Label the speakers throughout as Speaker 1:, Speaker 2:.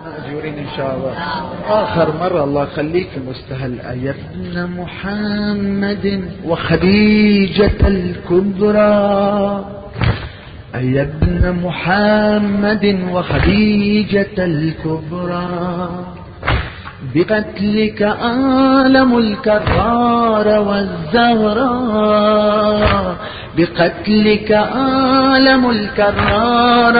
Speaker 1: مأجورين إن شاء الله. آخر مرة الله يخليك مستهل. يا ابن محمد وخديجة الكبرى، يا ابن محمد وخديجة الكبرى، بقتلك آلم الكرار والزهراء، بقتلك آلم الكرار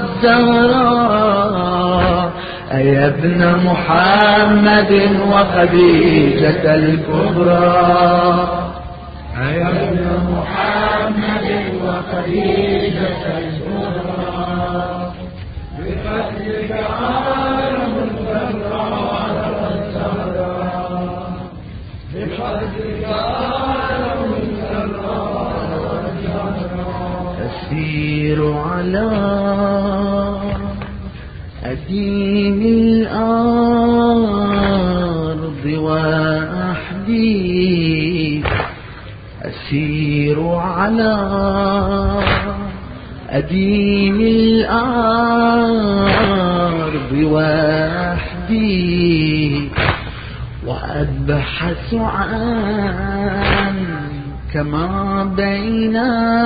Speaker 1: والزهراء، يا ابن محمد وخديجة الكبرى، يا ابن محمد وخديجة الكبرى، بقتلك آلم الكرار والزهراء، بقتلك آلم الكرار والزهراء. أسير على أديم الأرض وحدي، أسير على أديم الأرض وحدي، وأبحث عن كما بين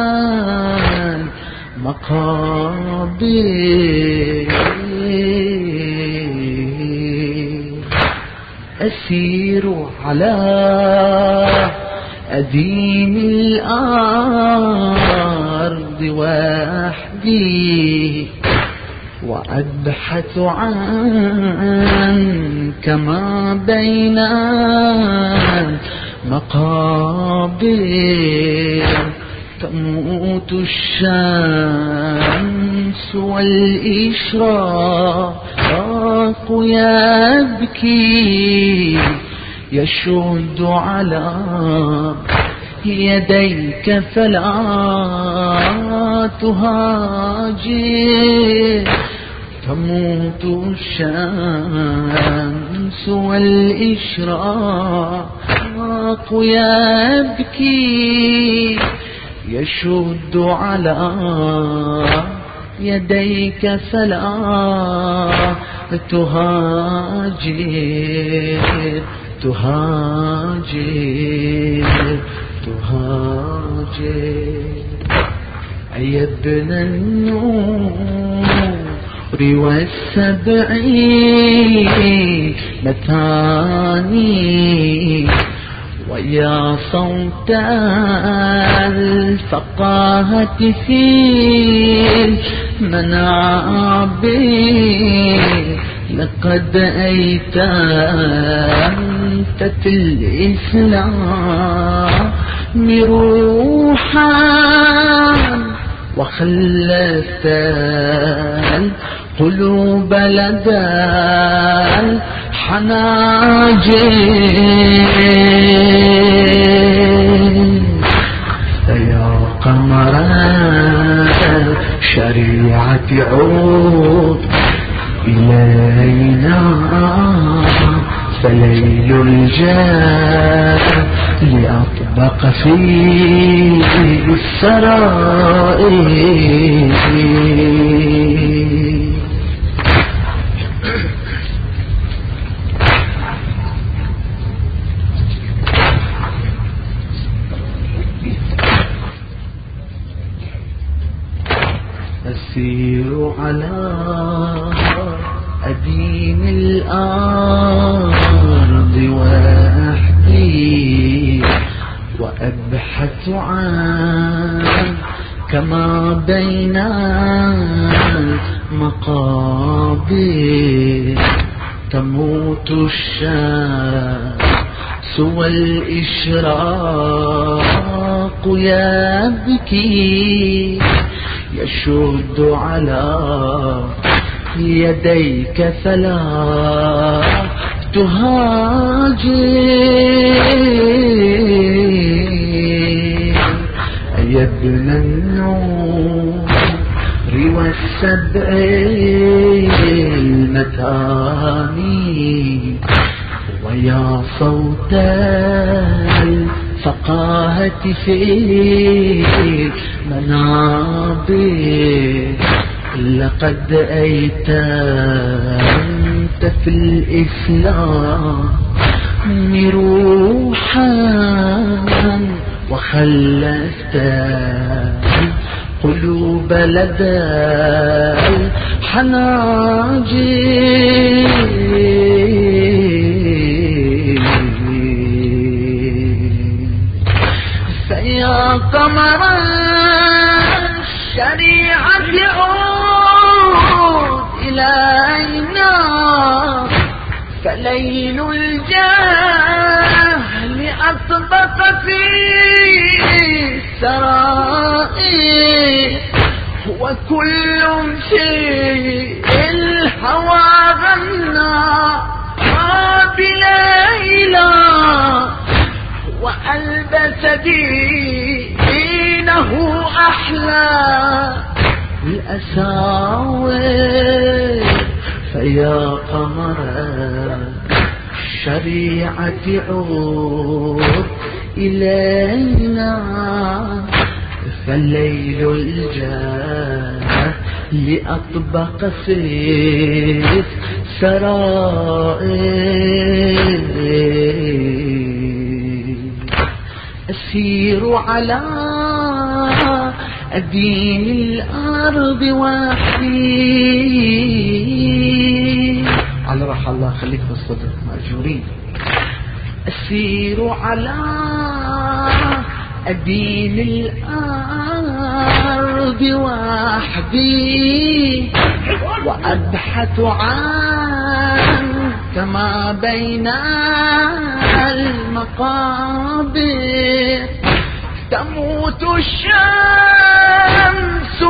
Speaker 1: المقابر، أسير على أديم الأرض وحدي، وأبحث عن كما بين المقابر، تموت الشمس والإشراق يبكي، يشد على يديك فلا تهاجر، تموت الشمس والإشراق يبكي، يشد على يديك فلا تهاجر، تهاجر تهاجر. يا ابن النور والسبع مثاني، ويا صوت الفقاهة في المنابر، لقد أيتمت الإسلام روحا، وخلت القلوب لدى الحناجر، يا قمر الشريعة عود إلينا، فليل الجاهل أطبق فيه السرائر. أسير على أديم الأرض وحدي، وأبحث عن كما بين المقابر، تموت الشمس والإشراق يبكي، يشد على يديك فلا تهاجر، يا ابن النور والسبع المثاني، ويا صوت الفقاهة في المنابر، لقد أيتمت الإسلام روحا وخلفت القلوب لدى الحناجر فيا قمر الشريعة عود إلينا فليل الجهل أطبق في السرائر وكل شيء الهوى غنى بليلى وألبس دينه أحلى الأساور فيا قمر الشريعة عود إلينا فالليل الجاهل أطبق في السرائر أسير على أدين الأرض وحدي على رح الله خليك في الصدر مأجورين أسير على أدين الأرض وحدي وأبحث عن كما بين المقابر تموت الشمس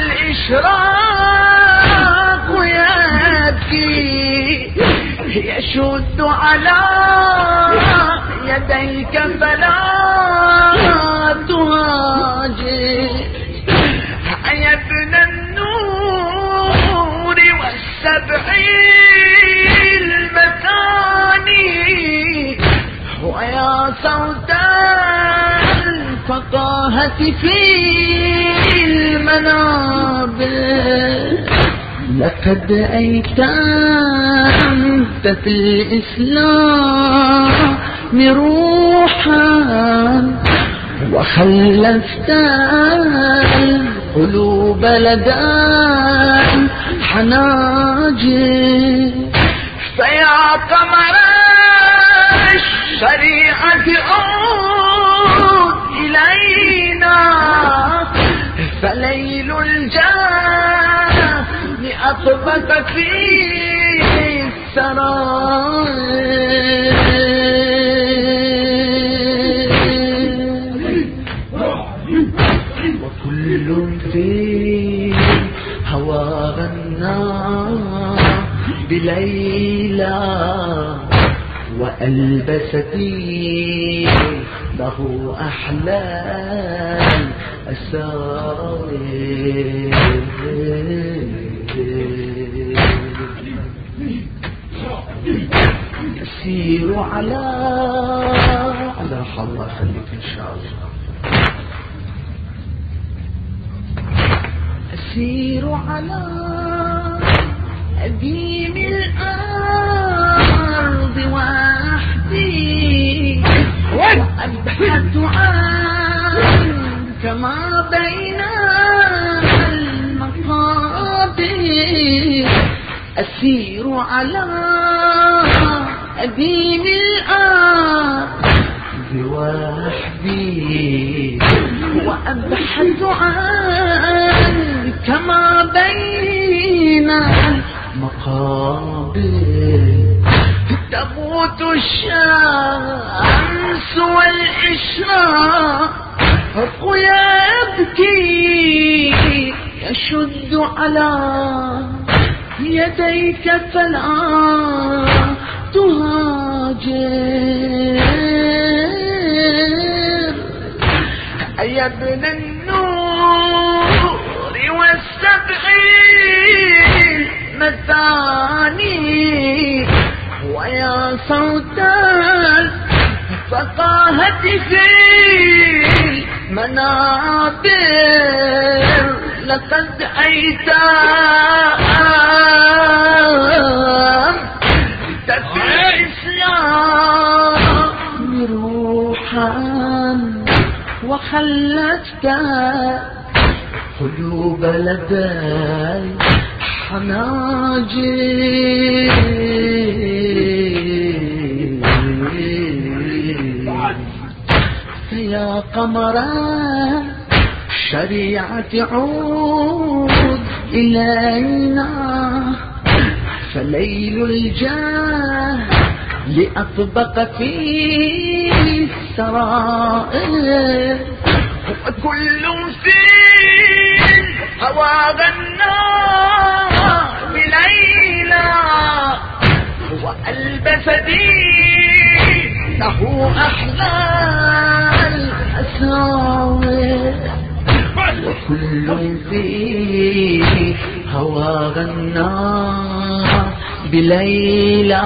Speaker 1: والإشراق يبكي يشد على يديك فلا تهاجر يا ابن النور والسبع المثاني ويا صوت الفقاهة في المنابر لقد أيتمت في الإسلام روحا وخلفت القلوب لدى الحناجر فيا قمر الشريعة عود إلينا فليل الجهل أطبق في السرائر وكل في هوى غنى بليلى وألبستني له أحلى الأساور أسير على الله خليك إن شاء الله أسير على أديم الأرض وحدي وأبحث عن كما بين المقابر أسير على أديم الأرض وحدي وأبحث عن كما بين المقابر تموت الشمس والإشراق يبكي يشد على يديك فلا تهاجر يا ابن النور والسبع المثاني ويا صوت الفقاهة في المنابر لقد أيتمت قلوب لدى حناجر فيا قمر الشريعة عود إلينا فليل الجاه لأطبق في السرائر وكل في الهوى غنى بليلى وألبس دينه أحلى الأساور وكل فيه هوى غنى بليلى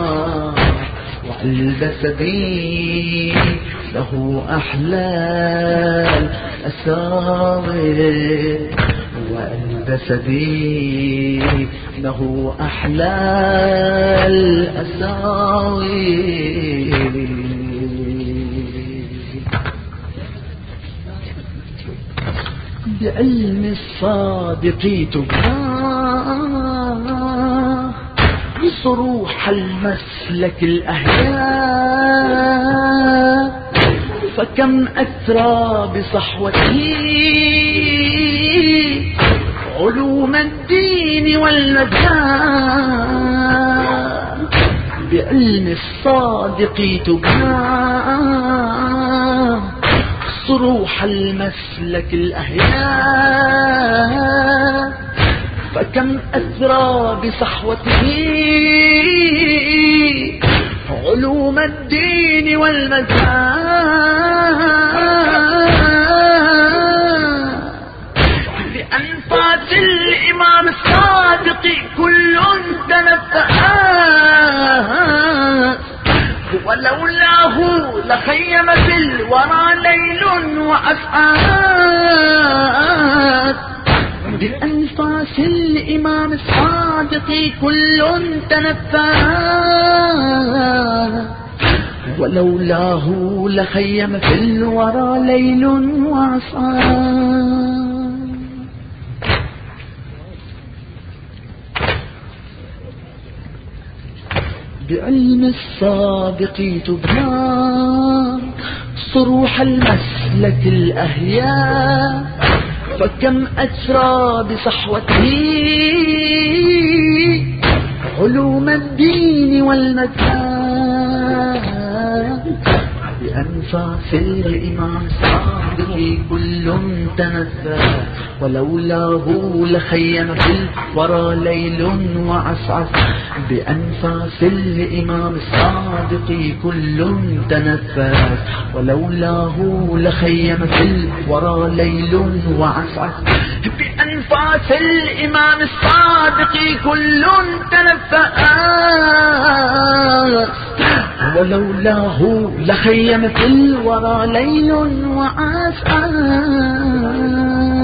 Speaker 1: وألبس له أحلى الأساور وألبس له أحلى الأساور بعلم الصادق تبقى صروح المسلك الأهياء فكم أثرى بصحوته علوم الدين والمذهب بعلم الصادق تبقى صروح المسلك الأهياء فكم أثرى بصحوته علوم الدين والمذهب بأنفاس الإمام الصادق كل تنفأ ولولاه لخيم في الورى ليل وأسعاد بأنفاس الإمام الصادق كل تنفى ولولاه لخيم في الورى ليل وأسعاد بعلم الصادق تبنى صروح المسلك الأهياء فكم أسرى بصحوته علوم الدين والمذهب بأنفاس الإمام الصادق كل تنفى ولولاه لخيم في الورى ليل وعسعس بأنفاس الإمام الصادق كل تنفس ولولاه لخيم في الورى ليل وعسعس بأنفاس الإمام الصادق كل تنفس ولولاه لخيم في الورى ليل وعسعس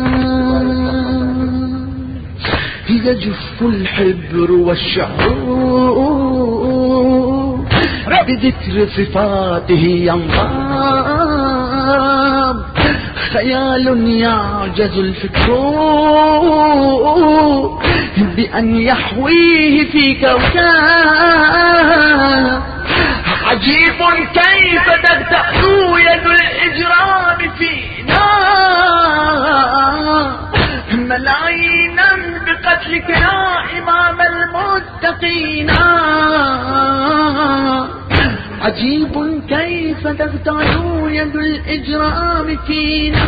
Speaker 1: يجف الحبر والشعور بذكر صفاته ينضام خيال يعجز الفكر بأن يحويه في كوكب عجيب كيف تغتأل يد الإجرام فينا ملايينا بقتلك يا إمام المتقين عجيب كيف تغتال يد الإجرام فينا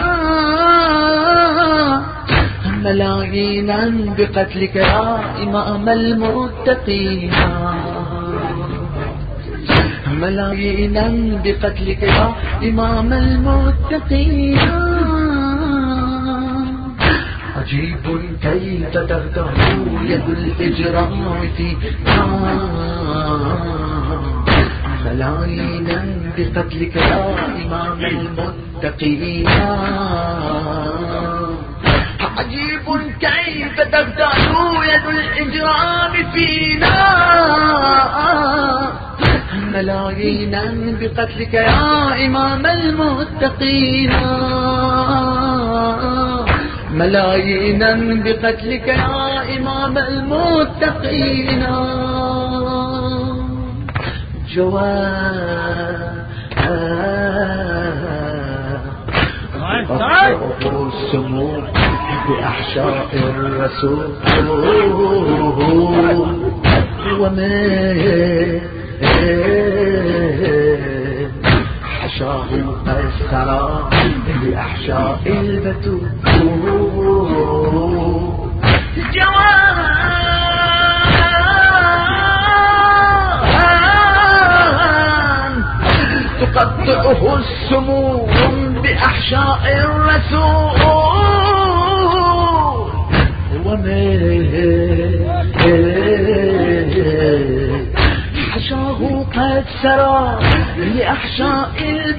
Speaker 1: ملايينا بقتلك يا إمام المتقين ملايينا بقتلك يا إمام المتقين عجيب كيف تغتال يد الإجرام فينا ملايينا بقتلك يا إمام المتقين عجيب كيف تغتال يد الإجرام فينا ملايينا بقتلك يا إمام المتقين ملايينا بقتلك يا إمام المتقين. السموم بأحشاء الرسول ومن حشاه الثرى بأحشاء البتول. تقطعه السموم بأحشاء الرسول ومن حشاه قد سرى لأحشاء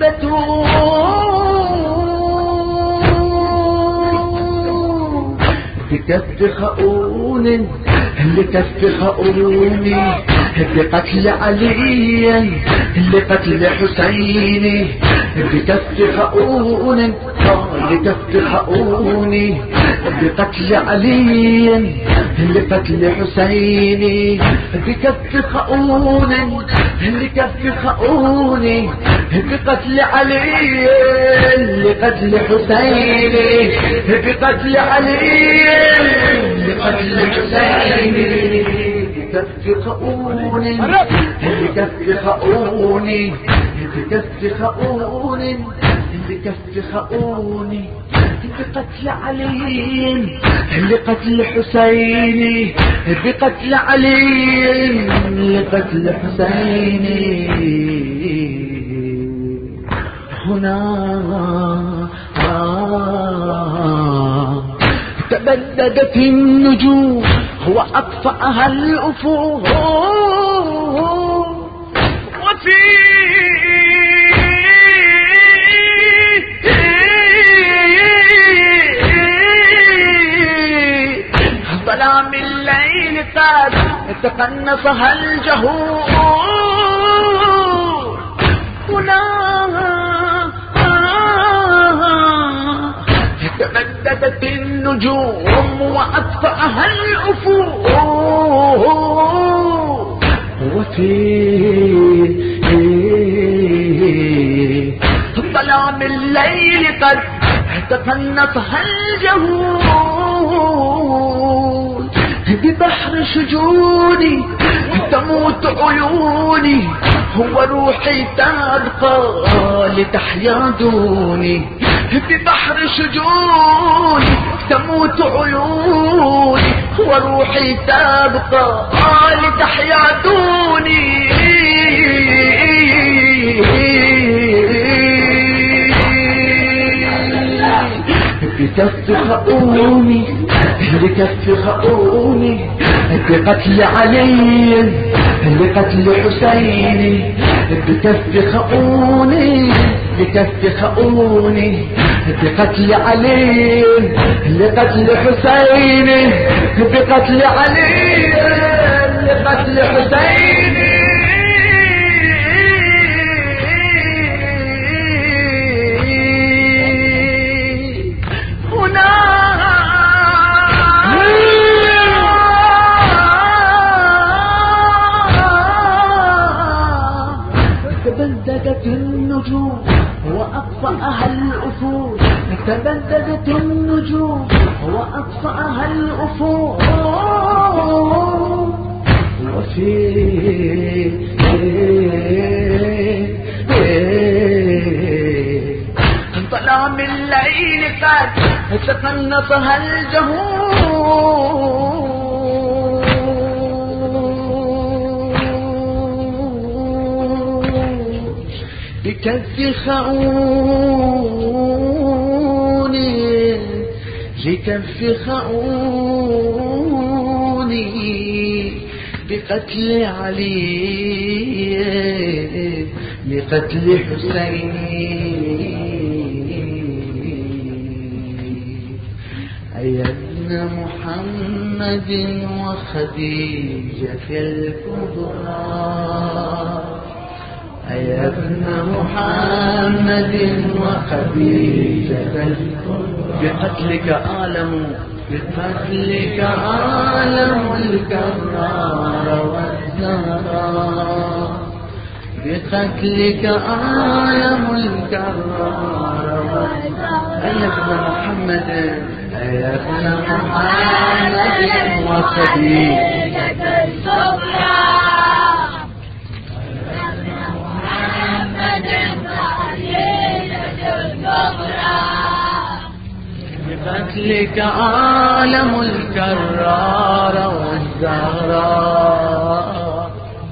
Speaker 1: البتول. بكف خؤون لكف خؤوني بقتل علي لقتل حسين. بكف خؤون لكف خؤوني بقتل علي لقتل حسين. بكف خؤون لكف خؤوني بقتل علي لقتل حسين. بقتل علي لقتل حسين. بكف خؤون بكف خؤوني بكف خؤون بكف خؤوني بقتل علي لقتل حسين. بقتل علي لقتل حسين. هنا تبددت النجوم وأطفأها الأفق وفي ظلام الليل قد تقنصها الجهور. هنا تبددت النجوم وأطفأها الأفق وفي ظلام الليل قد تقنصها الجهود. ببحر شجوني تموت عيوني وروحي تبقى لتحيا دوني. ببحر شجوني تموت عيوني وروحي تبقى لتحيا دوني. بكف خؤوني بكف خؤوني بقتل علي لقتل حسين. بكف خؤوني بكف خؤوني بقتل علي لقتل حسين. بقتل علي لقتل حسين. تبددت النجوم وأطفأها الأفق. تبددت النجوم وأطفأها الأفق وفي ظلام الليل قد تقنصها الجهور. بكف خؤوني بكف خؤوني بقتل علي لقتل حسين. أي ابن محمد وخديجة الكبرى يا ابن محمد وخديجة بقتلك آلم الكرار والزهراء بقتلك آلم الكرار والزهراء يا ابن محمد يا ابن محمد وخديجة الكبرى بقتلك عالم الكرار والزهراء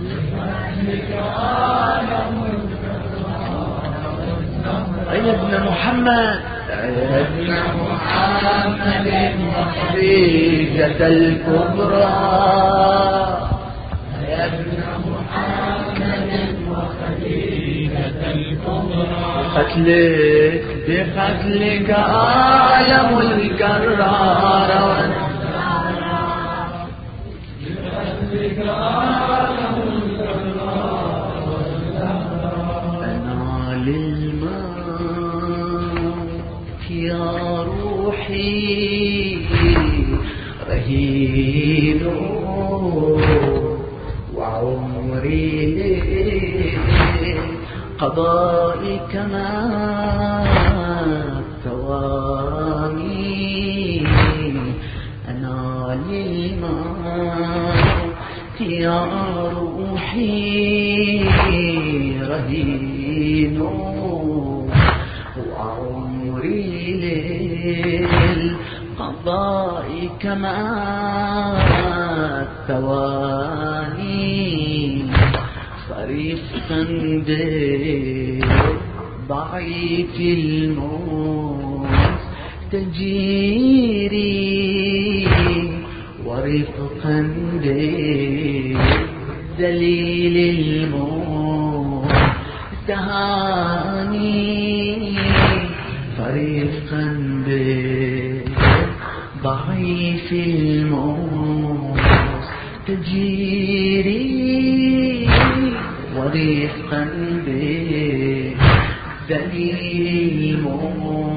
Speaker 1: يا ابن محمد يا ابن محمد وخديجة الكبرى يا ابن محمد وخديجة الكبرى بقتلك عالم الكرار بقتلك عالم الكرار أنا للموت يا روحي رهين وعمري قضائك ما تواني أنا للموت يا روحي رهين وعمري للقضاء كما تواني فريقا ضعيف الموت تجيري ورفقا بدليل الموت تهاني فريقا بضعيف الموت تجيري ورفقا بدليل الموت